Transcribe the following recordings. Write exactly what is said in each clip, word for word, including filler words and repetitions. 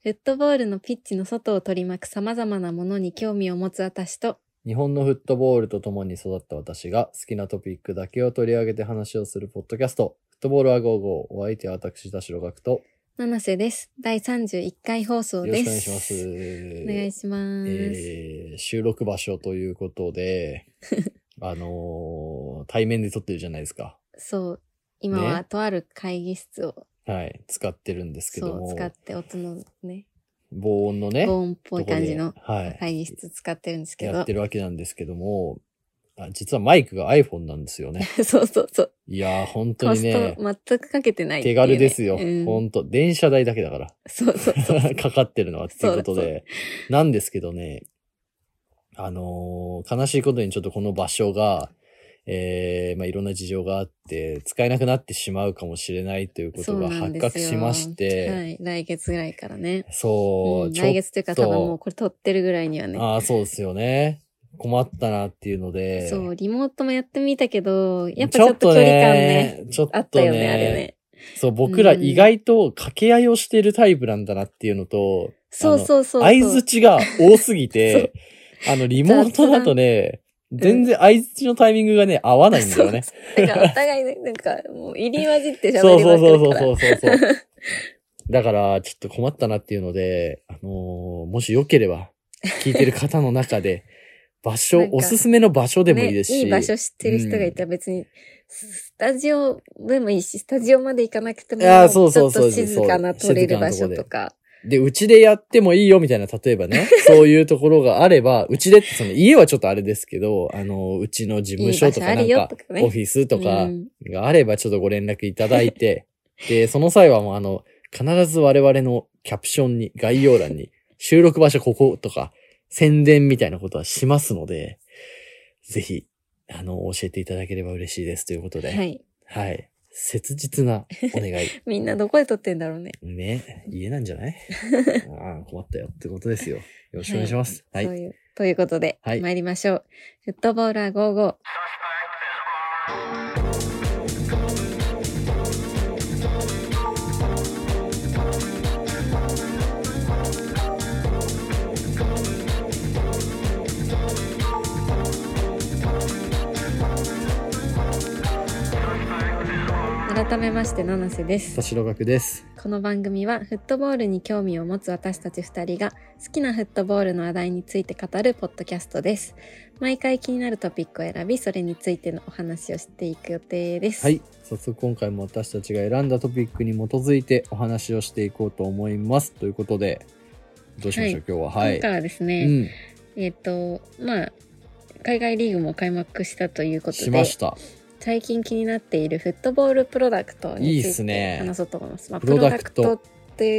フットボールのピッチの外を取り巻く様々なものに興味を持つ私と、 日本のフットボールと共に育った私が好きなトピックだけを取り上げて話をするポッドキャスト、フットボールはごじゅうご。お相手は私、田代学と、 七瀬です。だいさんじゅういっかい放送です。 よろしくお願いします。 お願いします。 えー、収録場所ということで、あのー、対面で撮ってるじゃないですか。 そう。今はとある会議室を、 ね、はい、使ってるんですけども。 そう、使って音のね。 防音のね。 防音っぽい感じの会議室使ってるんですけど。 やってるわけなんですけども、あ実はマイクが iPhone なんですよね。 そうそうそう。 いやー、本当にね。 コスト全くかけてないっていう、 ね。手軽ですよ。 うん、 本当電車代だけだから。 そうそうそう。 かかってるのはっていうことで。そうそうなんですけどね、あのー、悲しいことにちょっとこの場所が、えー、まあ、いろんな事情があって、使えなくなってしまうかもしれないということが発覚しまして。 はい。来月ぐらいからね。 そう。うん、 来月というか多分もうこれ撮ってるぐらいにはね。 ああ、そうですよね。困ったなっていうので。 そう、リモートもやってみたけど、やっぱちょっと距離感ね。 ちょっとね。 あったよね、あれね。 そう、僕ら意外と掛け合いをしてるタイプなんだなっていうのと、 そうそうそう。 相づちが多すぎて、あの、リモートだとね、全然相づちのタイミングがね、合わないんだよね。 だからお互いね、なんか、もう入り混じって喋りまくるから。そうそうそうそうそうそう。だから、ちょっと困ったなっていうので、あのー、もしよければ、聞いてる方の中で、場所、おすすめの場所でもいいですし、 ね。いい場所知ってる人がいたら別に、うん、スタジオでもいいし、スタジオまで行かなくても、ちょっと静かな撮れる場所とか。 で、うちでやってもいいよみたいな、例えばね、そういうところがあれば、うちでってその家はちょっとあれですけど、あの、うちの事務所とかなんか、オフィスとかがあればちょっとご連絡いただいて、うん、で、その際はもうあの、必ず我々のキャプションに、概要欄に、収録場所こことか、宣伝みたいなことはしますので、ぜひ、あの、教えていただければ嬉しいですということで。 はい。 はい。切実なお願い。 みんなどこで撮ってんだろうね。 ね。家なんじゃないああ、困ったよってことですよ。よろしくお願いします。 はい。はい、そういう、ということで、はい、参りましょう。フットボールはごじゅうご。改めまして七瀬です。 田代学です。 この番組はフットボールに興味を持つ私たちふたりが好きなフットボールの話題について語るポッドキャストです。毎回気になるトピックを選び、それについてのお話をしていく予定です。 はい。早速今回も私たちが選んだトピックに基づいてお話をしていこうと思います。ということで、どうしましょう、はい、今日は。はい。 今回はですね、うん、えっと、まあ、海外リーグも開幕したということで。 しました。 最近気になっているフットボールプロダクトについて話そうと思います。いいすね、まあ、プロダクトって、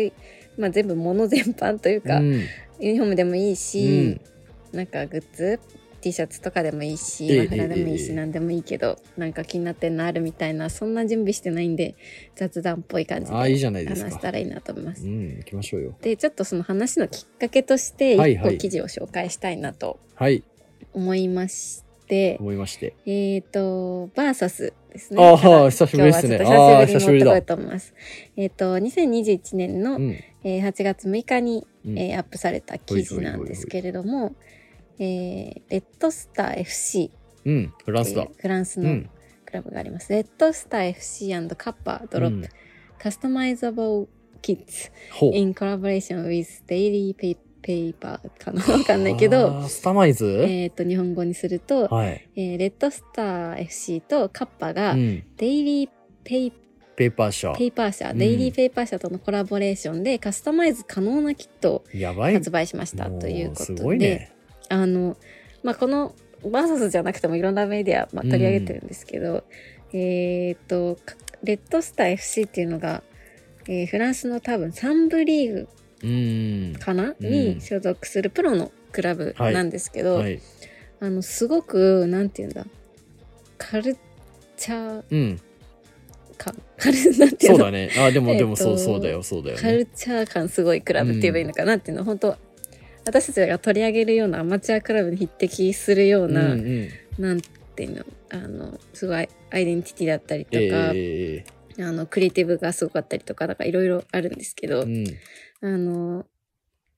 まあ、全部物全般というか、うん、ユニフォームでもいいし、うん、なんかグッズ T シャツとかでもいいし、マフラーでもいいし、何でもいいけど、なんか気になってるのあるみたいな、そんな準備してないんで雑談っぽい感じで話したらいいなと思います。 うん、行きましょうよ。 で、ちょっとその話のきっかけとして一個記事を紹介したいなと思いまして、で思いまして。 えっ、ー、と、バーサスですね。 ああ、久しぶりですね。 ああ、久しぶりだ。と思います。えっ、ー、と、にせんにじゅういちねんの、うんえー、はちがつむいかに、うんえー、アップされた記事なんですけれども、えー、レッドスター エフシー、うん、フランスだ。 フランスのクラブがあります。うん、レッドスター エフシー& カッパードロップ、うん、カスタマイザブルキッズ in collaboration with Daily Paperペーパーかなわかんないけど、 スタマイズえっ、ー、と、日本語にすると、はいえー、レッドスター エフシー とカッパが、うん、デイリーペイペーパー社ペーパー社、うん、デイリーペーパー社とのコラボレーションでカスタマイズ可能なキットを発売しましたということで、すごいね、あの、まあ、このバーサスじゃなくてもいろんなメディア、まあ、取り上げてるんですけど、うん、えっ、ー、と、レッドスター エフシー っていうのが、えー、フランスの多分さん部リーグかな、うん、に所属するプロのクラブなんですけど、はいはい、あのすごくなんていうんだカルチャー、うん、かカルなんていうのそうだねあでも、えー、でもそうそうだよそうだよ、ね、 カルチャー感すごいクラブって言えばいいのかなっていうのは、うん、本当私たちが取り上げるようなアマチュアクラブに匹敵するような、うんうん、なんていうのあのすごいアイデンティティだったりとか、えー、あのクリエイティブがすごかったりとかなんかいろいろあるんですけど、うん、あの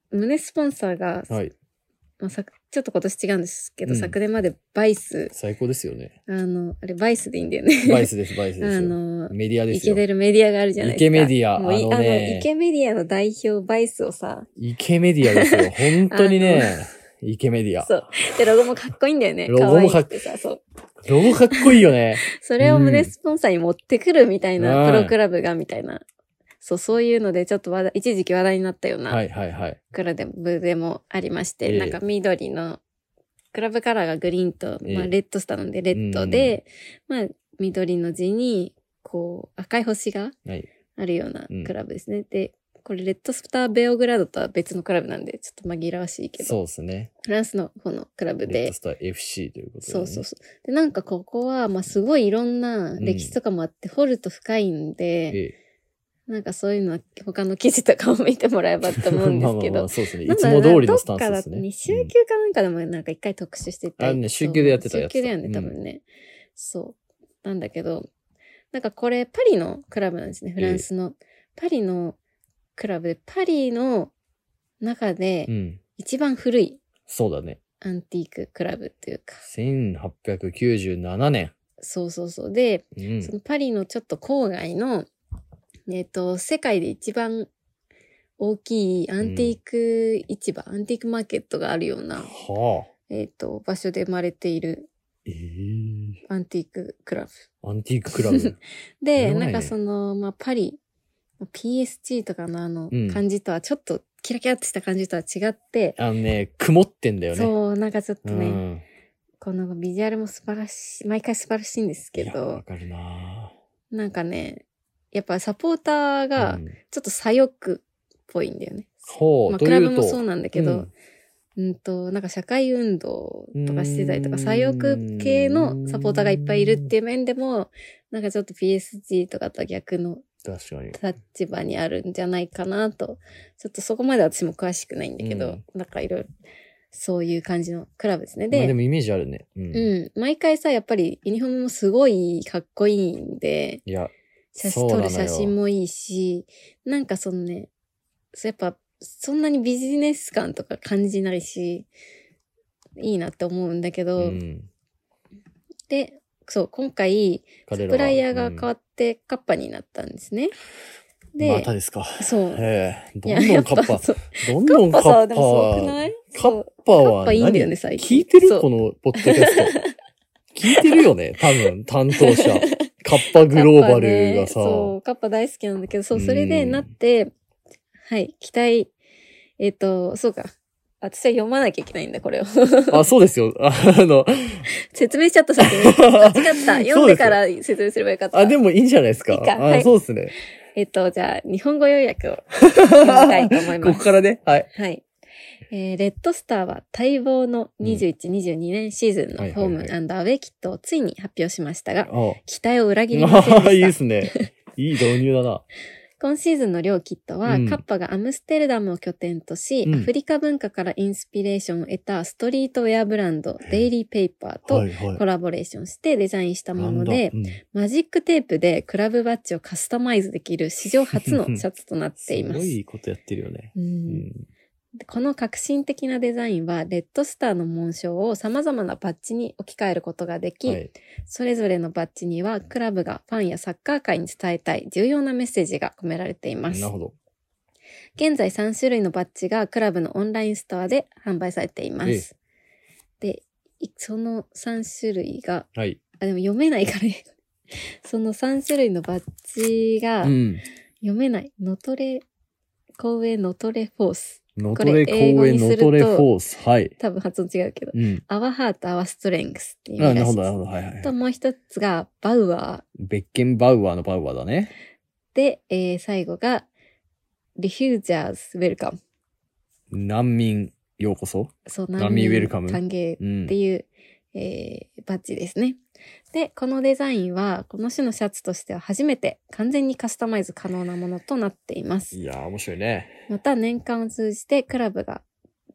胸スポンサーが、 はい。 まあ、さちょっと今年違うんですけど、 うん、 昨年までバイス。 最高ですよね。 あの、あれバイスでいいんだよね。 バイスです、バイスです。 あの、 メディアですよ。 イケてるメディアがあるじゃないですか。 イケメディア。 もうあのね。 あの、イケメディアの代表バイスをさ。 イケメディアですよ。本当にね。イケメディア。 そう。で、ロゴもかっこいいんだよね。 ロゴもかっこいい。 そう。 ロゴかっこいいよね。 それを胸スポンサーに持ってくるみたいな、うん、プロクラブがみたいな。そう、そういうのでちょっと話題、一時期話題になったような。 はいはいはい。 クラブでもありまして、えー、なんか緑の、クラブカラーがグリーンと、まあ、レッドスターなんで、レッドで、えー、まあ、緑の字に、こう、赤い星があるようなクラブですね。はい、で、これ、レッドスターベオグラードとは別のクラブなんで、ちょっと紛らわしいけど。 そうですね。 フランスの方のクラブで。 レッドスター エフシー ということで、ね。 そうそうそう。で、なんかここは、まあ、すごいいろんな歴史とかもあって、うん、掘ると深いんで、ええ、なんかそういうのは他の記事とかを見てもらえばと思うんですけど。まあまあまあそうですね。いつも通りのスタンスですね。 に週休かなんかでもなんか一回特集してて。 あ、ね、週休でやってたやつ。 週休だよね、多分ね、うん。そう。なんだけど、なんかこれパリのクラブなんですね、フランスの。ええ、パリのクラブで、パリの中で一番古い、うん。そうだね。アンティーククラブっていうか。 せんはっぴゃくきゅうじゅうななねん。 そうそうそう。で、うん、そのパリのちょっと郊外の、えっと、世界で一番大きいアンティーク市場、うん、アンティークマーケットがあるような、はあ、えっと、場所で生まれている、えー、アンティーククラブ。 アンティーククラブ。 で、ね、なんかその、まあ、パリ、ピーエスジー とかのあの感じとはちょっとキラキラっとした感じとは違って、 うん、あのね、曇ってんだよね。 そう、なんかちょっとね、うん、このビジュアルも素晴らしい、毎回素晴らしいんですけど、 わかるなぁ。 なんかね、やっぱサポーターがちょっと左翼っぽいんだよね。 ほう、 まあ、クラブもそうなんだけど、うん、うんと、なんか社会運動とかしてたりとか、左翼系のサポーターがいっぱいいるっていう面でも、なんかちょっと ピーエスジー とかと逆の立場にあるんじゃないかなと。ちょっとそこまで私も詳しくないんだけど、うん、なんかいろいろ、そういう感じのクラブですね。で、 まあ、でもイメージあるね。うん。 うん。毎回さ、やっぱりユニフォームもすごいかっこいいんで、 いや、 写真撮る写真もいいし、なんかそのね、やっぱそんなにビジネス感とか感じないし、いいなって思うんだけど、うん、で、そう、今回、サプライヤーが変わってカッパになったんですね。 うん、で、またですか。 そう。 ええ、どんどんカッパ、どんどんカッパ。カッパさ、でもすごくない？カッパは何？カッパいいんだよね、最近。聞いてる？このポッドキャスト。聞いてるよね、多分、担当者。カッパグローバルがさ、ね。そう、カッパ大好きなんだけど、そう、それでなって、はい、期待、えっと、そうか。私は読まなきゃいけないんだ、これを。あ、 そうですよ。あの、 説明しちゃった、先に。間違った。読んでから説明すればよかった。 あ、でもいいんじゃないですか。いいか。あ、はい、そうですね。 えっと、じゃあ、日本語要約を読みたいと思います。 ここからね。はい。 はい。えー、レッドスターは待望のにじゅういち、にじゅうにねんシーズンのホーム&アウェイキットをついに発表しましたが、期待を裏切りませんでした。 いいですね。いい導入だな。 今シーズンの両キットは、うん、カッパがアムステルダムを拠点とし、うん、アフリカ文化からインスピレーションを得たストリートウェアブランド、デイリーペーパーとコラボレーションしてデザインしたもので、はいはいうん、マジックテープでクラブバッジをカスタマイズできる史上初のシャツとなっています。 すごいことやってるよね。うんうんこの革新的なデザインは、レッドスターの紋章を様々なバッジに置き換えることができ、はい、それぞれのバッジには、クラブがファンやサッカー界に伝えたい重要なメッセージが込められています。 なるほど。 現在さん種類のバッジがクラブのオンラインストアで販売されています。で、そのさん種類が、はい、あ、でも読めないからね。そのさん種類のバッジが、読めない。ノトレ、公営ノトレフォース。 ノトレ公園ノトレフォース。はい。 多分発音違うけど。うん。Our Heart, Our Strength っていう意味らしいです。なるほど、なるほど。はいはい。と、もう一つが、バウアー。 ベッケンバウアーのバウアーだね。 で、えー、最後が、Refugees Welcome。 難民、ようこそ。 そう、難民ウェルカム。歓迎っていう、うん、えー、バッジですね。で、このデザインは、この種のシャツとしては初めて完全にカスタマイズ可能なものとなっています。 いやー、面白いね。 また、年間を通じてクラブが、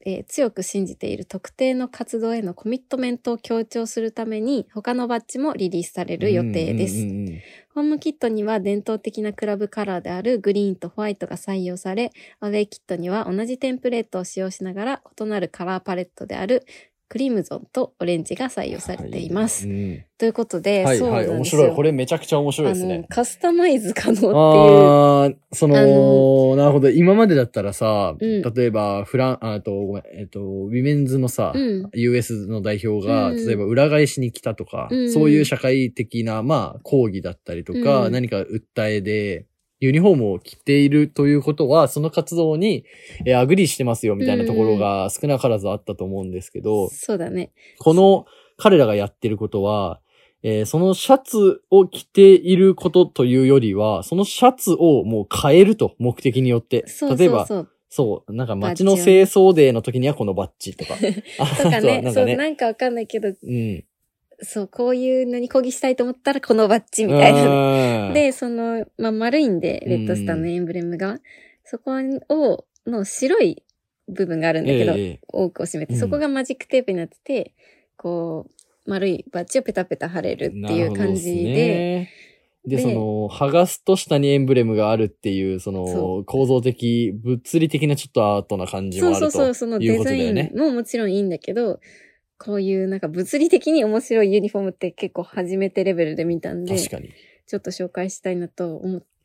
えー、強く信じている特定の活動へのコミットメントを強調するために他のバッジもリリースされる予定です。うんうんうんうん、ホームキットには伝統的なクラブカラーであるグリーンとホワイトが採用され、アウェイキットには同じテンプレートを使用しながら異なるカラーパレットであるクリムゾンとオレンジが採用されています。はい、うん、ということで、 はい、そうなんですよ。はい、面白い。これめちゃくちゃ面白いですね。 カスタマイズ可能っていう。 ああ、その、のなるほど。今までだったらさ、うん、例えば、フラン、あと、ごめん、えっと、ウィメンズのさ、うん、ユーエス の代表が、うん、例えば裏返しに来たとか、うん、そういう社会的な、まあ、抗議だったりとか、うん、何か訴えで、ユニフォームを着ているということは、その活動に、えー、アグリーしてますよみたいなところが少なからずあったと思うんですけど、うん、 そうだね。 この彼らがやってることは、えー、そのシャツを着ていることというよりは、そのシャツをもう変えると、目的によって。 そうそうそう、 例えば、そう、なんか街の清掃デーの時にはこのバッジとか。 とかね、なんかね、そう、なんかわかんないけど、うん。そう、こういうのに抗議したいと思ったらこのバッジみたいな。で、その、まあ、丸いんで、レッドスターのエンブレムが、そこを、の白い部分があるんだけど、えー、多くを占めて、そこがマジックテープになってて、こう、丸いバッジをペタペタ貼れるっていう感じで、 で、その、剥がすと下にエンブレムがあるっていう、その、構造的、物理的なちょっとアートな感じもあるということだよね。そうそうそう、そのデザインももちろんいいんだけど、こういうなんか物理的に面白いユニフォームって結構初めてレベルで見たんで、 確かに。 ちょっと紹介したいなと思って、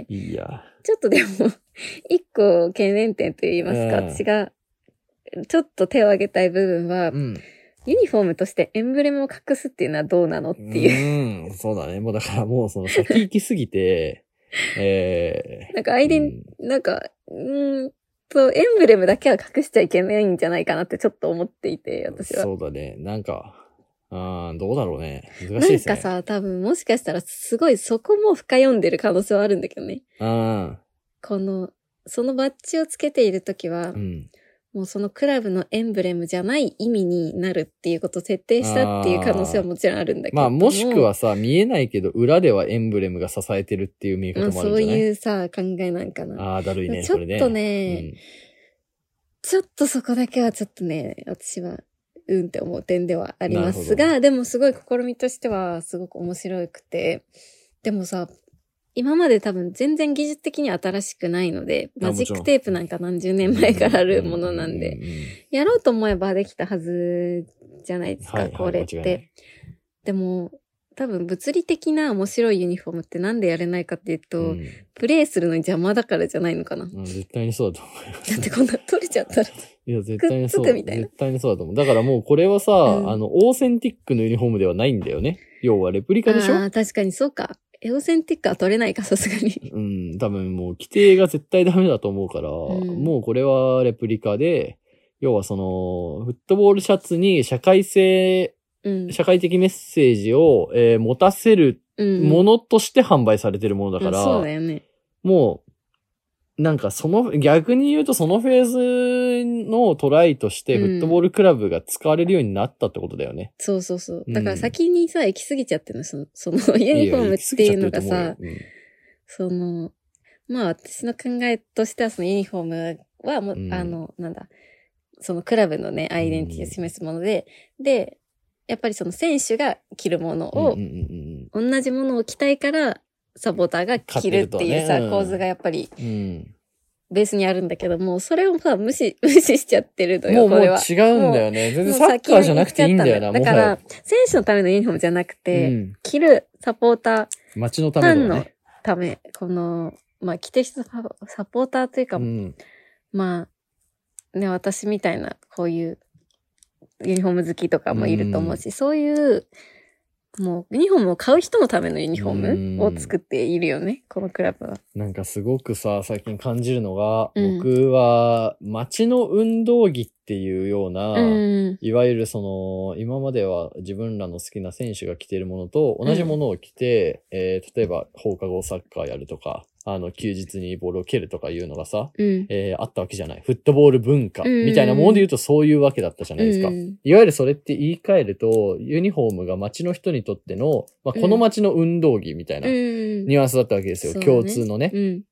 いや。 ちょっとでも、一個懸念点と言いますか、うん、私がちょっと手を挙げたい部分は、うん、ユニフォームとしてエンブレムを隠すっていうのはどうなのっていう。 うん、そうだね。もうだからもうその先行きすぎて、えー、なんかアイデン、うん、なんか、うーん、そう、エンブレムだけは隠しちゃいけないんじゃないかなってちょっと思っていて、私は。 そうだね。なんか、あーどうだろうね。難しいですね。 なんかさ、多分もしかしたらすごいそこも深読んでる可能性はあるんだけどね。 うん。 この、そのバッジをつけているときは、うん、もうそのクラブのエンブレムじゃない意味になるっていうことを設定したっていう可能性はもちろんあるんだけど。 まあもしくはさ、見えないけど裏ではエンブレムが支えてるっていう見え方もあるんじゃない？ そういうさ、考えなんかな。 ああ、だるいね、 ちょっとね、うん、ちょっとそこだけはちょっとね、私は、うんって思う点ではありますが、でもすごい試みとしてはすごく面白くて、でもさ、今まで多分全然技術的には新しくないので、マジックテープなんか何十年前からあるものなんで、やろうと思えばできたはずじゃないですか、はいはい、これって。でも、多分物理的な面白いユニフォームってなんでやれないかっていうと、うん、プレイするのに邪魔だからじゃないのかな。 うん、絶対にそうだと思います。 だってこんな取れちゃったら。 いや、絶対にそう。絶対にそうだと思う。だからもうこれはさ、うん、あの、オーセンティックのユニフォームではないんだよね。要はレプリカでしょ？ ああ、確かにそうか。エオセンティックは取れないか、さすがに。 うん、多分もう規定が絶対ダメだと思うから、うん、もうこれはレプリカで、要はその、フットボールシャツに社会性、うん、社会的メッセージを、えー、持たせるものとして販売されてるものだから、 うんうん、そうだよね。 もう、なんかその、逆に言うとそのフェーズのトライとしてフットボールクラブが使われるようになったってことだよね。 うん、そうそうそう。だから先にさ、行き過ぎちゃってるの、その、そのユニフォームっていうのがさ、うん、その、まあ私の考えとしてはそのユニフォームはもう、うん、あの、なんだ、そのクラブのね、アイデンティティを示すもので、うん、で、やっぱりその選手が着るものを、うんうんうん、同じものを着たいから、サポーターが着るっていうさ、ねうん、構図がやっぱり、ベースにあるんだけども、それをさ、無視、無視しちゃってるのよ、これは。 もう違うんだよね。全然サッカーじゃなくていいんだよな、 だから、選手のためのユニフォームじゃなくて、うん、着るサポーター、 街のための、ね、のため、この、まあ、着てる人サポーターというか、うん、まあ、ね、私みたいな、こういう、ユニフォーム好きとかもいると思うし、うん、そういう、もう、ユニフォームを買う人のためのユニフォームを作っているよね、このクラブは。 なんかすごくさ、最近感じるのが、うん、僕は、街の運動着っていうような、うん、いわゆるその、今までは自分らの好きな選手が着ているものと同じものを着て、うん、えー、例えば放課後サッカーやるとか、あの、休日にボールを蹴るとかいうのがさ、うん、えー、あったわけじゃない。フットボール文化みたいなもので言うとそういうわけだったじゃないですか。うん、いわゆるそれって言い換えると、ユニフォームが街の人にとっての、まあ、この街の運動着みたいなニュアンスだったわけですよ。うん、共通のね。うん、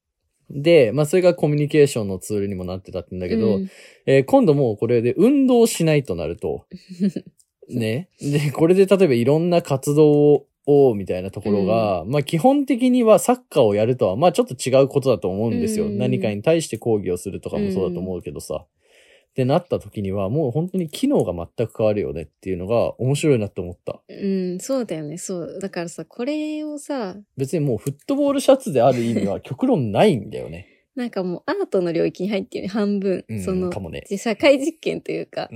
で、まあそれがコミュニケーションのツールにもなってたってんだけど、うん、えー、今度もうこれで運動しないとなると、ね。で、これで例えばいろんな活動を、みたいなところが、うん、まあ基本的にはサッカーをやるとは、まあちょっと違うことだと思うんですよ。うん、何かに対して抗議をするとかもそうだと思うけどさ。うん、ってなった時には、もう本当に機能が全く変わるよねっていうのが面白いなって思った。 うん、そうだよね。そう。だからさ、これをさ、 別にもうフットボールシャツである意味は極論ないんだよね。 なんかもうアートの領域に入ってるね、半分。 うん、 その、 かもね。 社会実験というか、 うん、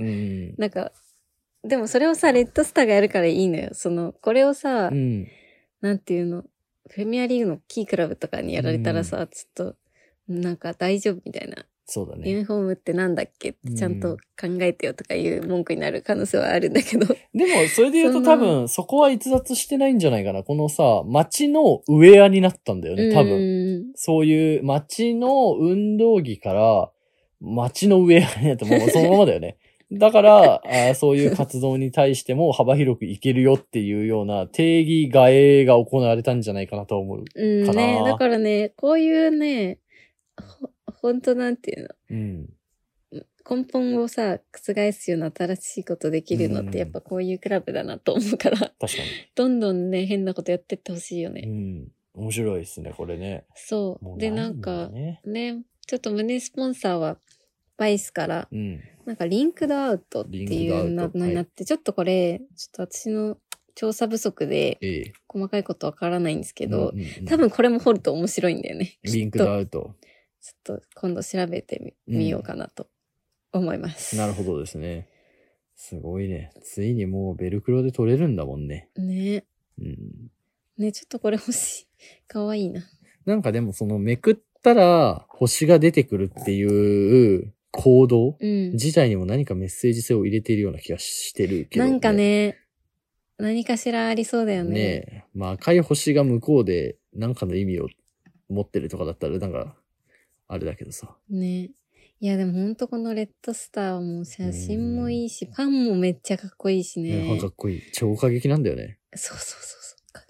なんか、でもそれをさ、レッドスターがやるからいいのよ。その、これをさ、 うん、 なんていうの、プレミアリーグのキークラブとかにやられたらさ、うん、ちょっと、なんか大丈夫みたいな。 そうだね。 ユニフォームってなんだっけってちゃんと考えてよとかいう文句になる可能性はあるんだけど。 でも、それで言うと多分、そこは逸脱してないんじゃないかな。このさ、街のウェアになったんだよね、多分。そういう街の運動着から街のウェアになった。もうそのままだよね。だからあ、そういう活動に対しても幅広くいけるよっていうような定義替えが行われたんじゃないかなと思うかな。 うんね、だからね、こういうね、ほんとなんていうの、 うん、 根本をさ、覆すような新しいことできるのってやっぱこういうクラブだなと思うから。確かに。 どんどんね、変なことやってってほしいよね。 うん。面白いですね、これね。 そう。で、なんか、ね、ね、ちょっと胸スポンサーは、バイスから、うん、なんかリンクドアウトっていうのになって、はい、ちょっとこれ、ちょっと私の調査不足で、細かいことわからないんですけど、ええ、多分これも掘ると面白いんだよね。 リンクドアウト。 ちょっと今度調べて み,、うん、みようかなと思います。 なるほどですね。すごいね。ついにもうベルクロで取れるんだもんね。 ね。 うん。 ね、ちょっとこれ欲しい。かわいいな。 なんかでもそのめくったら星が出てくるっていう行動、うん、自体にも何かメッセージ性を入れているような気がしてるけど、ね。 なんかね、何かしらありそうだよね。 ねえ。まあ赤い星が向こうで何かの意味を持ってるとかだったらなんか、あれだけどさ。 ね。いやでもほんとこのレッドスターはもう写真もいいし、パンもめっちゃかっこいいしね。 ね、かっこいい。超過激なんだよね。 そうそうそうそう。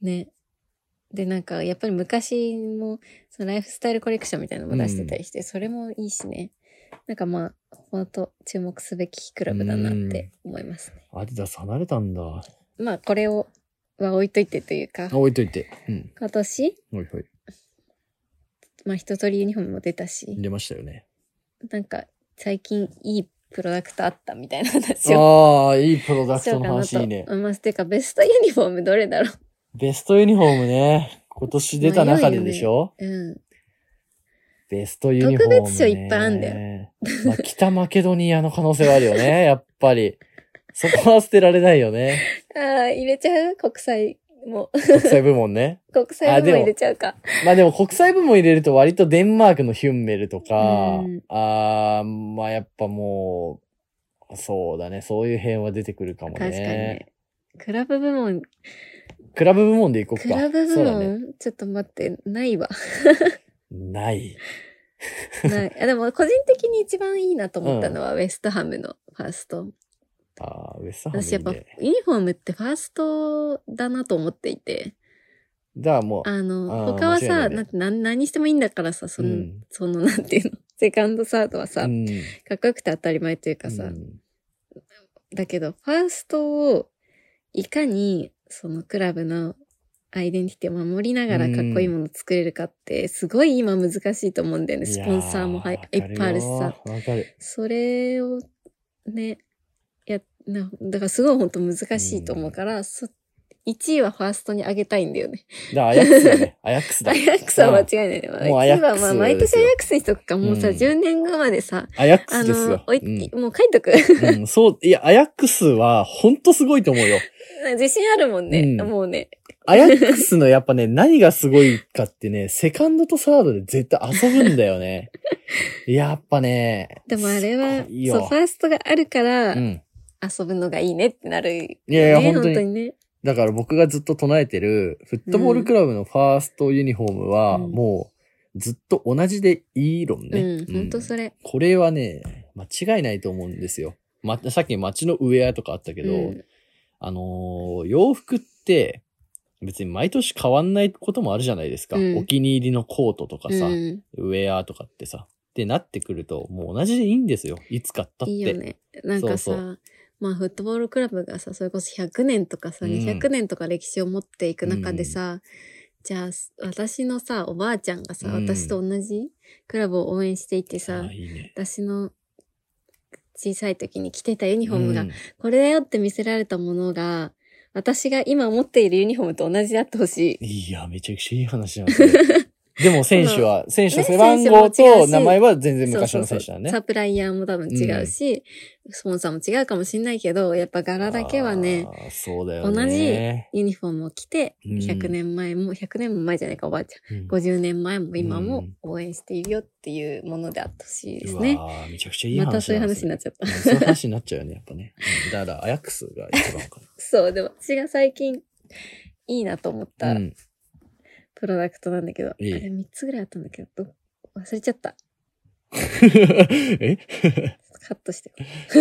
ね。で、なんかやっぱり昔もそのライフスタイルコレクションみたいなのも出してたりして、うん、それもいいしね。なんかまあ、ほんと注目すべきクラブだなって思いますね。 アディダス離れたんだ。 まあこれをは置いといてというか。 置いといて。うん。 今年はいはい。 まあ一通りユニフォームも出たし。 出ましたよね。 なんか最近いいプロダクトあったみたいな話を。 ああ、いいプロダクトの話いいね。 まあ、てかベストユニフォームどれだろう。 ベストユニフォームね。今年出た中ででしょ、 ね、うん。 ベストユニフォーム、ね。 特別賞いっぱいあんだよ。 まあ、北マケドニアの可能性はあるよね。やっぱり。そこは捨てられないよね。 ああ、入れちゃう国際も。 国際部門ね。 国際部門入れちゃうか。 まあでも国際部門入れると割とデンマークのヒュンメルとか、うん、ああ、まあやっぱもう、そうだね。そういう辺は出てくるかもね。 確かにね。クラブ部門。 クラブ部門でいこうか。 クラブ部門、ね、ちょっと待って、ないわ。 ない。 ない。あ、でも個人的に一番いいなと思ったのは、うん、ウェストハムのファースト。 ああ、ウェストハム、ね。 私やっぱユニフォームってファーストだなと思っていて。 じゃあもう。 あの、他はさ、ね、な何してもいいんだからさ、その、うん、その、なんていうの、セカンドサードはさ、うん、かっこよくて当たり前というかさ、うん、だけど、ファーストをいかに、そのクラブのアイデンティティを守りながらかっこいいものを作れるかって、すごい今難しいと思うんだよね。スポンサーもはいいっぱいあるしさ。 わかる。 それをね、や、な、だからすごい本当難しいと思うから、そ、いちいはファーストに上げたいんだよね。 だからアヤックスだね。アヤックスだ。 アヤックスは間違いないね。まあ、もうアヤックス。いちいはまあ毎年アヤックスにしとくか、もうさ、うん、じゅうねんごまでさ。 アヤックスですよ。 おい、うん、もう書いとく。 うん、そう、いや、アヤックスはほんとすごいと思うよ。 自信あるもんね。うん、もうね。 アヤックスのやっぱね、何がすごいかってね、セカンドとサードで絶対遊ぶんだよね。やっぱね。 でもあれは、そう、ファーストがあるから、うん遊ぶのがいいねってなる、ね。 いやいや、本当に。本当にね。だから僕がずっと唱えてる、フットボールクラブのファーストユニフォームは、もう、ずっと同じでいい論ね。 うん、本当それ。 これはね、間違いないと思うんですよ。ま、さっき街のウェアとかあったけど、うん、あのー、洋服って、 別に毎年変わんないこともあるじゃないですか。うん、お気に入りのコートとかさ、うん、ウェアとかってさ。ってなってくると、もう同じでいいんですよ。いつ買ったって。いいよね。なんかさ、そうそうまあフットボールクラブがさ、それこそひゃくねんとかさ、うん、にひゃくねんとか歴史を持っていく中でさ、うん、じゃあ私のさ、おばあちゃんがさ、うん、私と同じクラブを応援していてさ、いいね、私の小さい時に着てたユニフォームが、これだよって見せられたものが、私が今持っているユニフォームと同じであってほしい。 いや、めちゃくちゃいい話なんですよ。でも選手は、選手の背番号と名前は全然昔の選手だね。そうそうそうサプライヤーも多分違うし、うん、スポンサーも違うかもしれないけど、やっぱ柄だけはね、 そうだよね、 同じユニフォームを着て、ひゃくねんまえも、うん、ひゃくねんも前じゃないかおばあちゃん、うん、ごじゅうねんまえも今も応援しているよっていうものであってほしいですね。 うわーめちゃくちゃいい話、ね。 またそういう話になっちゃった。 そういう話になっちゃうよね、やっぱね。だから、アヤックスが一番かな。 そう、でも私が最近いいなと思った、うんプロダクトなんだけど、いいあれみっつぐらいあったんだけど、忘れちゃった。 えカットして。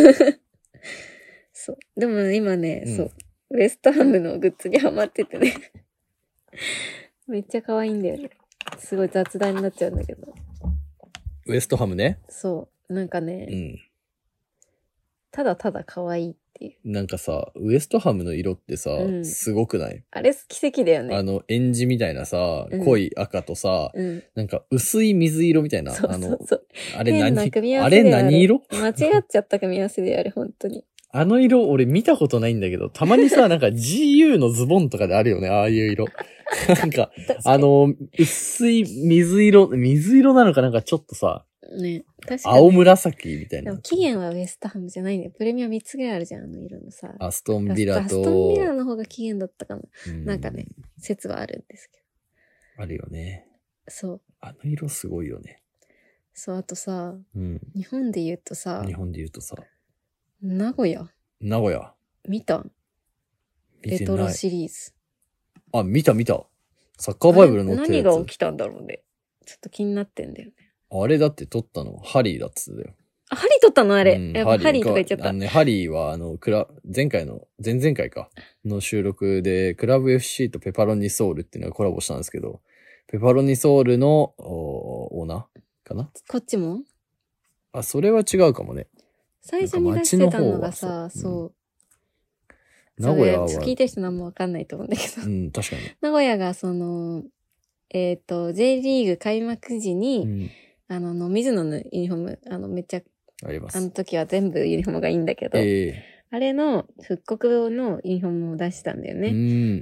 そう。でも今ね、うん、そう。ウエストハムのグッズにハマっててね。めっちゃ可愛いんだよね。すごい雑談になっちゃうんだけど。 ウエストハムね。 そう。なんかね、うん、ただただ可愛い。 なんかさ、ウエストハムの色ってさ、うん、すごくないあれ奇跡だよね。 あの、エンジみたいなさ、うん、濃い赤とさ、うん、なんか薄い水色みたいな。 そうそうそうあの、あれ何、あれ何色間違っちゃった組み合わせであれ、本当に。 あの色、俺見たことないんだけど、たまにさ、なんか ジーユー のズボンとかであるよね、ああいう色。なんか、あの、薄い水色、水色なのかなんかちょっとさ、 ね、確かに。 青紫みたいな。 でも期限はウエストハムじゃないんだよ。プレミアみっつぐらいあるじゃん、あの色のさ。 アストンビラと。 アストンビラの方が期限だったかも。んなんかね、説はあるんですけど。あるよね。 そう。 あの色すごいよね。 そう、あとさ、うん、日本で言うとさ、 日本で言うとさ、 名古屋。 名古屋。 見たレトロシリーズ。 あ、見た見た。サッカーバイブル載ってるやつ。 何が起きたんだろうね。ちょっと気になってんだよね。 あれだって撮ったの、ハリーだっつってたよ。 あ、ハリー撮ったのあれ。うん、やっぱハリーとか言っちゃった。 あのね、ハリーは、あの、クラ、前回の、前々回か、の収録で、クラブ エフシー とペパロニソウルっていうのがコラボしたんですけど、ペパロニソウルの、オーナーかなこっちもあ、それは違うかもね。 最初に出してたのがさ、そう。うん名古屋は。聞いてる人何もわかんないと思うんだけど。 うん、確かに。 名古屋がその、えっと、J リーグ開幕時に、うん、あの、の水野のユニフォーム、あの、めっちゃ、 あります。 あの時は全部ユニフォームがいいんだけど、えー、あれの復刻のユニフォームを出したんだよね。うん、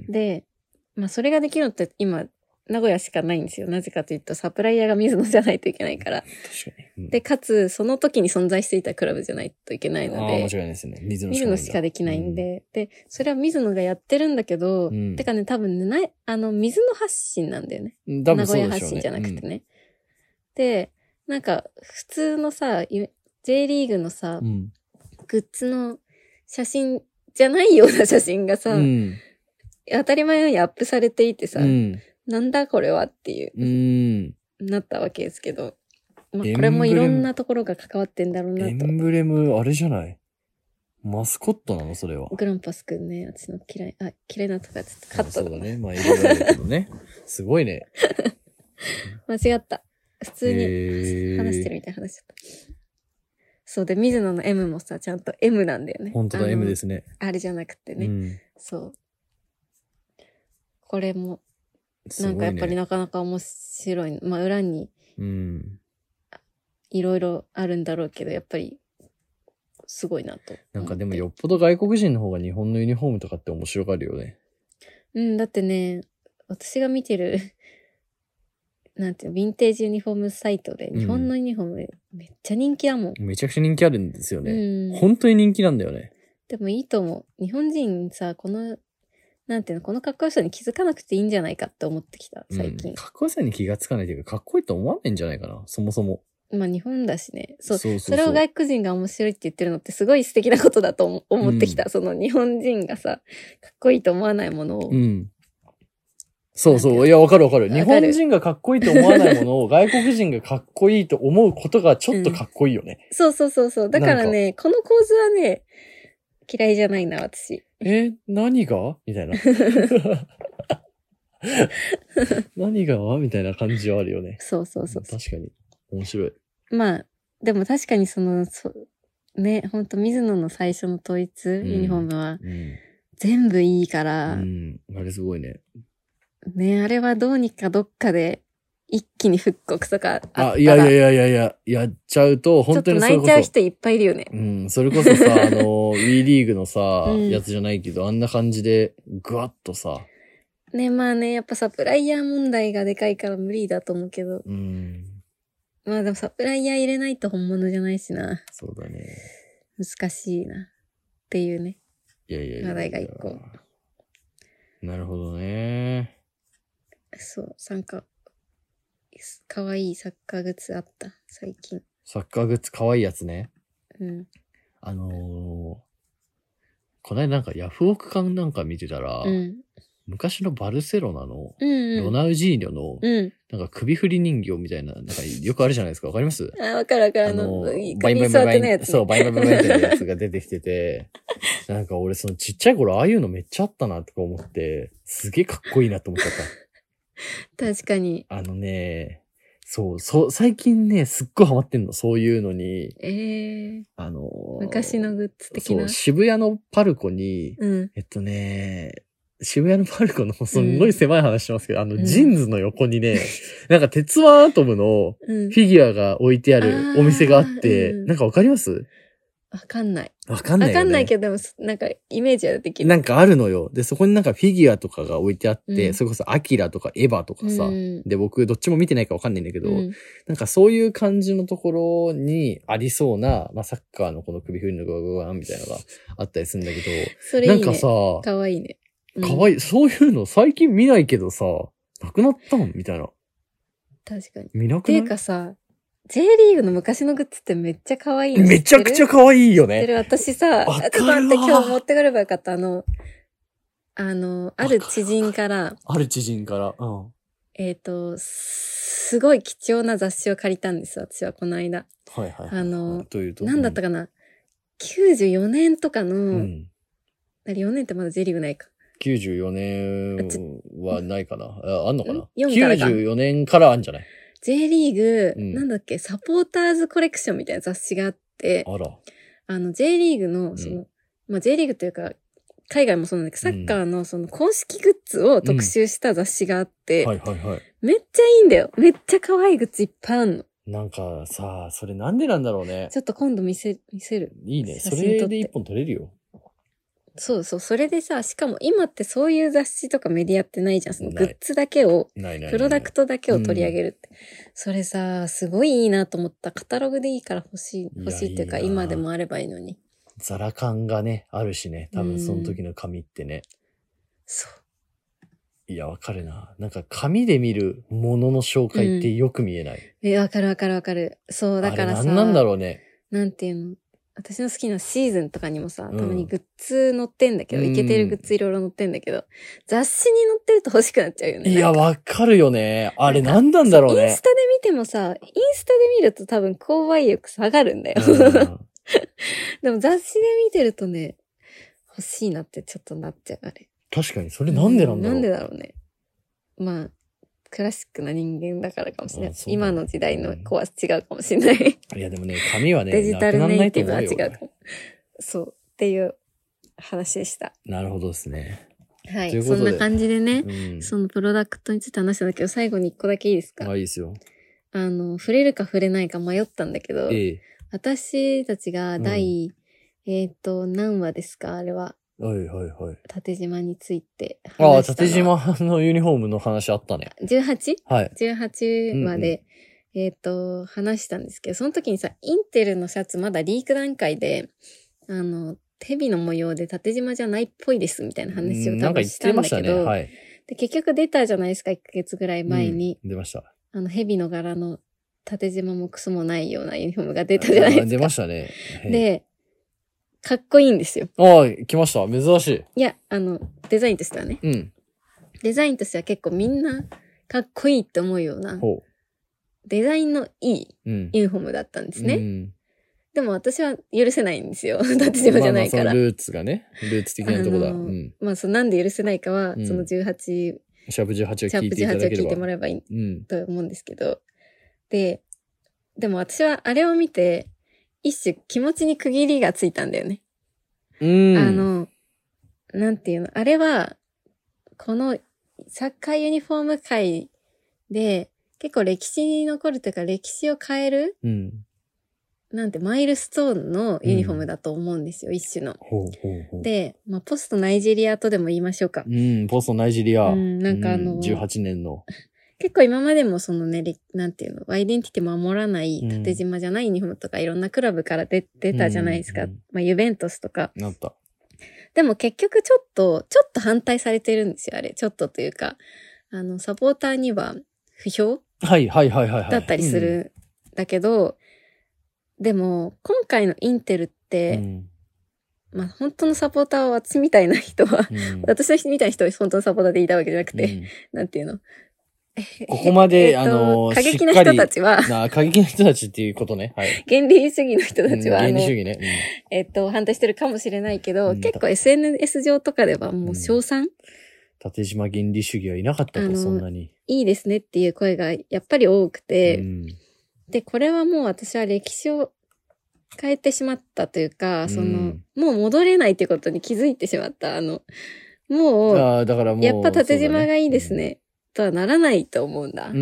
で、まあ、それができるのって今、名古屋しかないんですよ。なぜかというと、サプライヤーが水野じゃないといけないから。 確かに。うん、 で、かつ、その時に存在していたクラブじゃないといけないので。ああ、 間違いないですね。水野しか水野しかできないんで、うん。で、それは水野がやってるんだけど、うん、てかね、多分ね、なあの、水野発信なんだよね。 多分そうでしょうね。 名古屋発信じゃなくてね。うん、で、なんか、普通のさ、J リーグのさ、うん、グッズの写真じゃないような写真がさ、うん、当たり前のようにアップされていてさ、うんなんだこれはっていう、うん、なったわけですけど、まあ、これもいろんなところが関わってんだろうなと。 エンブレム、あれじゃないマスコットなのそれは。 グランパスくんね、私の嫌い、あ、嫌いなとかつってカット。 そうだね。まあ、いろいろあるけどね。すごいね。 間違った。普通に話してるみたいな話だった。そうで、水野の M もさ、ちゃんと M なんだよね。 本当だ、M ですね。 あれじゃなくてね。うん、そう。これも、なんかやっぱりなかなか面白い。まあ裏に、いろいろあるんだろうけど、やっぱり、すごいなと。 なんかでもよっぽど外国人の方が日本のユニフォームとかって面白がるよね。 うん、だってね、私が見てる、なんていうの、ヴィンテージユニフォームサイトで、日本のユニフォームめっちゃ人気だもん。 うん、めちゃくちゃ人気あるんですよね。うん、本当に人気なんだよね。 でもいいと思う。日本人さ、この、なんていうの、このかっこよさに気づかなくていいんじゃないかって思ってきた、最近。うん、 かっこよさに気がつかないというか、かっこいいと思わないんじゃないかな、そもそも。 まあ日本だしね。そう。そうそうそうそれを外国人が面白いって言ってるのってすごい素敵なことだと思ってきた。うん、その日本人がさ、かっこいいと思わないものを。うん。 そうそう。いや、わかるわかる。日本人がかっこいいと思わないものを外国人がかっこいいと思うことがちょっとかっこいいよね。 うん、そうそうそうそう。だからね、この構図はね、嫌いじゃないな、私。 え、何がみたいな。 何がみたいな感じはあるよね。 そうそうそう。 確かに。面白い。 まあ、でも確かにその、そね、ほんと水野の最初の統一、うん、ユニフォームは、うん、全部いいから、 うん。あれすごいね。 ね、あれはどうにかどっかで、一気に復刻とかあったら。 あ、いやいやいやいやいや、やっちゃうと、本当にそれこそ。ちょっと泣いちゃう人いっぱいいるよね。 うん、それこそさ、あの、WE リーグのさ、うん、やつじゃないけど、あんな感じで、ぐわっとさ。 ね、まあね、やっぱサプライヤー問題がでかいから無理だと思うけど。うん。まあでもサプライヤー入れないと本物じゃないしな。 そうだね。 難しいな。っていうね。 いやいやいやいや。 話題が一個。 なるほどね。 そう、参加。かわいいサッカーグッズあった、最近。 サッカーグッズかわいいやつね。 うん。 あのー、この間なんかヤフオクかなんか見てたら、うん、昔のバルセロナのロナウジーニョの、なんか首振り人形みたいな、なんかよくあるじゃないですか。わかります？ あ、わかるわかる。あの、 バイバイバイバイ、ね、そう、バイバイバイバイってやつが出てきてて、なんか俺そのちっちゃい頃ああいうのめっちゃあったなとか思って、すげえかっこいいなと思っちゃった。 確かに。 あのね、そう、そう、最近ね、すっごいハマってんの、そういうのに。 ええー。 あのー、 昔のグッズ的な。 そう、渋谷のパルコに、うん、えっとね、渋谷のパルコのすんごい狭い話してますけど、うん、あの、ジーンズの横にね、うん、なんか鉄腕アトムのフィギュアが置いてあるお店があって、うん、なんかわかります？ わかんない。 わかんないよね。 わかんないけど、でも、なんか、イメージはできる。 なんかあるのよ。で、そこになんかフィギュアとかが置いてあって、うん、それこそアキラとかエヴァとかさ、うん、で、僕どっちも見てないかわかんないんだけど、うん、なんかそういう感じのところにありそうな、まあ、サッカーのこの首振りのゴゴゴンみたいなのがあったりするんだけど、 それいいね。 なんかさ、 かわいいね。 うん、かわいい。そういうの最近見ないけどさ、なくなったんみたいな。 確かに。 見なくない？ ていうかさ、J リーグの昔のグッズってめっちゃ可愛いの。 めちゃくちゃ可愛いよね。 私さ、ちょっと待って今日持ってくればよかった。あの、あの、ある知人から、 ある知人から、うん。 えっと、すごい貴重な雑誌を借りたんです、私はこの間。 はいはい。 あの、 というとなんだったかな、うん、きゅうじゅうよねんとかの、うん、よねんってまだ J リーグないか。 きゅうじゅうよねんはないかな。あ、あんのかな？ よん からか。 きゅうじゅうよねんからあんじゃない ？J リーグ、うん、なんだっけ、サポーターズコレクションみたいな雑誌があって、 あら。 あの、J リーグの、その、うん、まあ、J リーグというか、海外もそうなんだけど、サッカーのその公式グッズを特集した雑誌があって、 うん、はいはいはい。 めっちゃいいんだよ。めっちゃ可愛いグッズいっぱいあるの。 なんかさ、それなんでなんだろうね。 ちょっと今度見せ、見せる。 いいね。それで一本撮れるよ。 そうそう。それでさ、しかも今ってそういう雑誌とかメディアってないじゃん。そのグッズだけを、プロダクトだけを取り上げるって。それさ、すごいいいなと思った。カタログでいいから欲しい、欲しいっていうか、今でもあればいいのに。 ザラ感がね、あるしね。多分その時の紙ってね。 そう。 いや、わかるな。なんか紙で見るものの紹介ってよく見えない。 うん、え、わかるわかるわかる。そう、だからさ。 あれなんなんだろうね。 なんていうの。私の好きなシーズンとかにもさ、たまにグッズ載ってんだけど、うん、イケてるグッズいろいろ載ってんだけど、雑誌に載ってると欲しくなっちゃうよね。 いや、わかるよね。あれなんなんだろうね。 インスタで見てもさ、インスタで見ると多分購買欲下がるんだよ。うん、でも雑誌で見てるとね、欲しいなってちょっとなっちゃう、あれ。 確かに、それなんでなんだろう。 なんでだろうね。まあ、クラシックな人間だからかもしれない。今の時代の子は違うかもしれない。 いやでもね、紙はね、 デジタルネイティブは違うかも。そう。っていう話でした。 なるほどですね。 はい。そんな感じでね、うん、そのプロダクトについて話したんだけど、最後に一個だけいいですか？ あ、いいですよ。 あの、触れるか触れないか迷ったんだけど、ええ、私たちが第、うん、えっと、何話ですかあれは。 はいはいはい。 縦縞について話した。 ああ、縦縞のユニフォームの話あったね。 じゅうはち？ はい。 じゅうはちまで、うんうん、えっと、話したんですけど、その時にさ、インテルのシャツまだリーク段階で、あの、蛇の模様で縦縞じゃないっぽいですみたいな話を多分したんだけど、なんか言ってましたね。はい。で、結局出たじゃないですか、いっかげつぐらい前に。 うん、出ました。 あの、蛇の柄の縦縞もクソもないようなユニフォームが出たじゃないですか。 出ましたね。 で、かっこいいんですよ。 ああ、来ました。珍しい。 いや、あの、デザインとしてはね。うん。デザインとしては結構みんなかっこいいって思うような、ほうデザインのいいユニフォームだったんですね。うん、でも私は許せないんですよ。縦縞じゃないから。まあ、 まあそのルーツがね。ルーツ的なとこだ。うん、まあ、そう、なんで許せないかは、うん、そのじゅうはちシャープじゅうはちを聞いていただければ。シャープじゅうはちを聞いてもらえばいい、うん、と思うんですけど。で、でも私はあれを見て、一種気持ちに区切りがついたんだよね。 うん。 あの、なんていうの、あれは、このサッカーユニフォーム界で、結構歴史に残るというか歴史を変える、 うん、 なんてマイルストーンのユニフォームだと思うんですよ、うん、一種の。 ほうほうほうで、まあ、ポストナイジェリアとでも言いましょうか。 うん、ポストナイジェリア。 うん、なんかあの、 うん、じゅうはちねんの。 結構今までもそのね、なんていうの、アイデンティティ守らない縦縞じゃないユニフォームとかいろんなクラブから出、出たじゃないですか。うんうん、まあ、ユベントスとか。 なった。 でも結局ちょっと、ちょっと反対されてるんですよ、あれ。ちょっとというか、あの、サポーターには不評はいはいはいはい、はい。 だったりする。うん、だけど、でも、今回のインテルって、うん、まあ本当のサポーターは私みたいな人は、うん、私の人みたいな人は本当のサポーターでいたわけじゃなくて、うん、なんていうの。 ここまで、えー、あのー、 過激な人たちは、 な過激な人たちっていうことね。はい。 原理主義の人たちは、 うん、原理主義ね。 うん、えっと、反対してるかもしれないけど、うん、結構 エスエヌエス 上とかではもう称賛、うん、 縦縞原理主義はいなかったと、そんなに。 いいですねっていう声がやっぱり多くて、うん、で、これはもう私は歴史を変えてしまったというか、うん、その、もう戻れないということに気づいてしまった。あの、もう、 あだからもうやっぱ縦縞がいいですね。とはならないと思うんだ。 うん、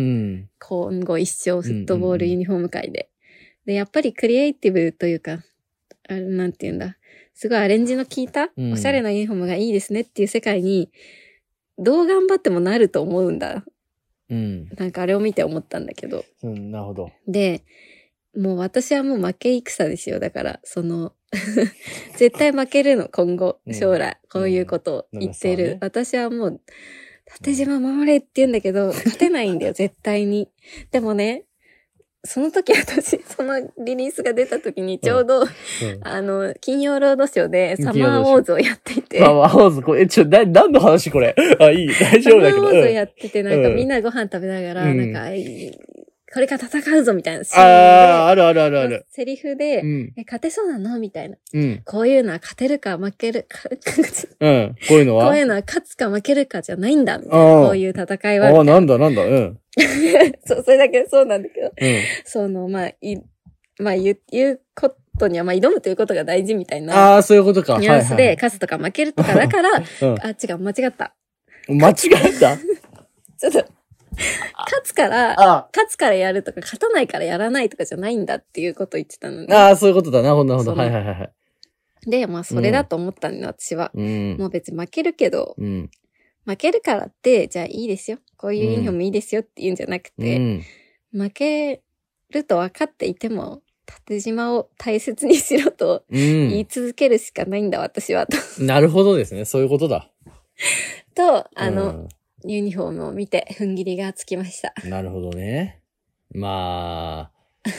今後一生フットボールユニフォーム界で。で、やっぱりクリエイティブというか、あれなんて言うんだ。すごいアレンジの効いた、うん、おしゃれなユニフォームがいいですねっていう世界に、どう頑張ってもなると思うんだ。 うん。 なんかあれを見て思ったんだけど。 うん、なるほど。 で、もう私はもう負け戦ですよ。だから、その、絶対負けるの、今後、将来、うん、こういうことを言ってる。うんね、私はもう、縦縞守れって言うんだけど、勝てないんだよ、絶対に。でもね、その時私、そのリリースが出た時にちょうど、うんうん、あの、金曜ロードショーでサマーウォーズをやっていて。 サマーウォーズ、これ、え、ちょ、な、何の話これあ、いい、大丈夫だけど。 サマーウォーズをやってて、なんかみんなご飯食べながら、うん、なんか、これから戦うぞみたいなシーンで。 ああ、あるあるあるある。 セリフで、うん、え、勝てそうなのみたいな、 うん。 こういうのは勝てるか負けるか。 うん。こういうのはこういうのは勝つか負けるかじゃないんだ。みたいな。こういう戦いは。 ああ、なんだなんだ。うん。 そう、それだけそうなんだけど。 うん。 その、まあ、い、まあ言う、言うことには、まあ挑むということが大事みたいな。 ああ、そういうことか。 ニュアンスで、勝つとか負けるとかだから、うん、あ、違う、間違った。 間違ったちょっと。勝つから、勝つからやるとか、勝たないからやらないとかじゃないんだっていうことを言ってたのね。 ああ、そういうことだな、ほんなほんな。はいはいはい。 で、まあ、それだと思ったんだ、うん、私は。 うん、 もう別に負けるけど、 うん、 負けるからって、じゃあいいですよ。こういうユニフォームいいですよって言うんじゃなくて、うん、負けると分かっていても、縦縞を大切にしろと言い続けるしかないんだ、私は。 なるほどですね。そういうことだ。 と、あの、うんユニフォームを見て踏ん切りがつきました。 なるほどね。まあ。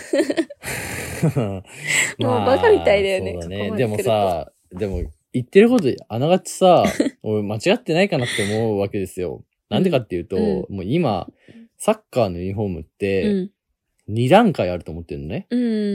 もうバカみたいだよね。 そうだね。でもさ、でも言ってることあながちさ、俺間違ってないかなって思うわけですよ。なんでかっていうと、うん、もう今、サッカーのユニフォームってに段階あると思ってるのね。 うん、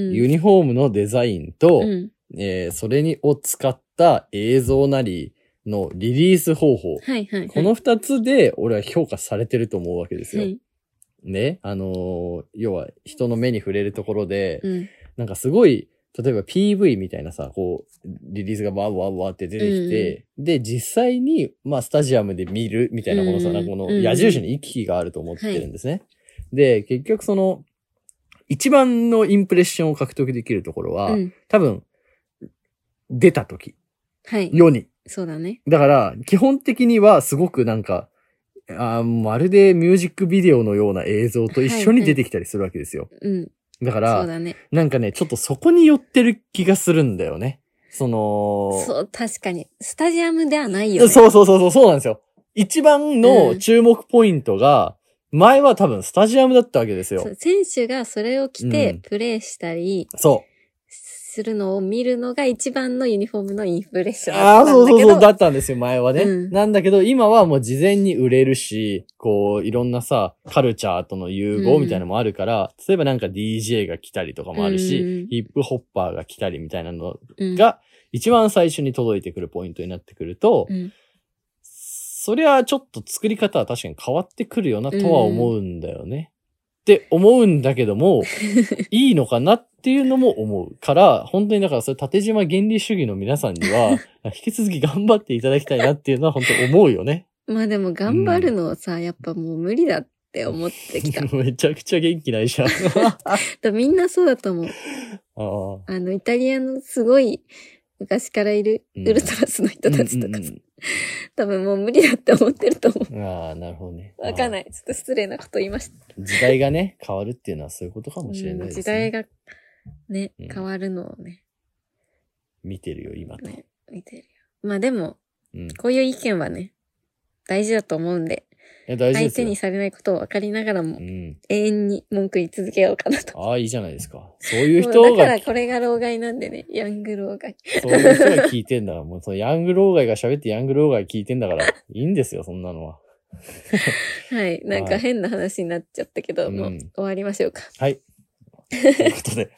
ユニフォームのデザインと、うんえー、それにを使った映像なり、のリリース方法。 はいはいはい、 この二つで俺は評価されてると思うわけですよ。 はい、 ね。あのー、要は人の目に触れるところで、 うん、 なんかすごい、例えば ピーブイ みたいなさ、こう、リリースがワーワーワーって出てきて、うん、で、実際に、まあ、スタジアムで見るみたいなこのさ、うん、なんかこの矢印に行き来があると思ってるんですね。はい、で、結局その、一番のインプレッションを獲得できるところは、うん、多分、出た時。 はい。 世に。 そうだね。 だから、基本的にはすごくなんか、あまるでミュージックビデオのような映像と一緒に出てきたりするわけですよ。 はいはい、うん。 だから、 そうだね。 なんかね、ちょっとそこに寄ってる気がするんだよね。その、 そう、確かに。スタジアムではないよね。 そうそうそうそう、そうなんですよ。一番の注目ポイントが、うん、前は多分スタジアムだったわけですよ。 そう、選手がそれを着てプレーしたり、 うん、そう。 するのを見るのが一番のユニフォームのインプレッションだったんだけど。ああ、そうそうそう、だったんですよ、前はね。うん、なんだけど、今はもう事前に売れるし、こう、いろんなさ、カルチャーとの融合みたいなのもあるから、うん、例えばなんか ディージェー が来たりとかもあるし、うん、ヒップホッパーが来たりみたいなのが、一番最初に届いてくるポイントになってくると、 うん、 そりゃちょっと作り方は確かに変わってくるよなとは思うんだよね。って思うんだけども、いいのかなっていうのも思うから、本当にだからそれ縦島原理主義の皆さんには、引き続き頑張っていただきたいなっていうのは本当思うよね。 まあでも頑張るのをさ、うん、やっぱもう無理だって思ってきた。 めちゃくちゃ元気ないじゃん。 みんなそうだと思う。ああの、イタリアのすごい昔からいるウルトラスの人たちとかさ、うんうんうん、多分もう無理だって思ってると思う。 ああ、なるほどね。 わかんない。ちょっと失礼なこと言いました。 時代がね、変わるっていうのはそういうことかもしれないですね。 時代がね、変わるのをね。 見てるよ、今と。 ね、見てるよ。まあでも、うん、こういう意見はね、大事だと思うんで、 いや大事ですよ。 相手にされないことを分かりながらも、うん、永遠に文句言い続けようかなと。 ああ、いいじゃないですか。そういう人が。 だからこれが老害なんでね、ヤング老害。 そういう人が聞いてんだから、もうそのヤング老害が喋ってヤング老害聞いてんだから、いいんですよ、そんなのは。 はい。なんか変な話になっちゃったけど、はい、もう終わりましょうか。 はい。ということで。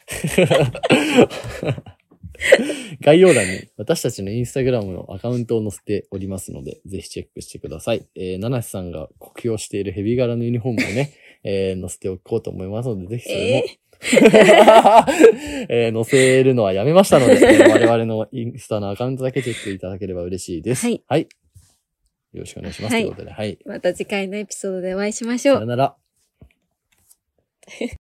概要欄に私たちのインスタグラムのアカウントを載せておりますので、ぜひチェックしてください。えー、七瀬さんが酷評しているヘビ柄のユニフォームをね、えー、載せておこうと思いますので、ぜひそれも、えーえー、載せるのはやめましたので、えー、我々のインスタのアカウントだけチェックいただければ嬉しいです。はい。はい。よろしくお願いします。はい、ということで、はい。 また次回のエピソードでお会いしましょう。 さよなら。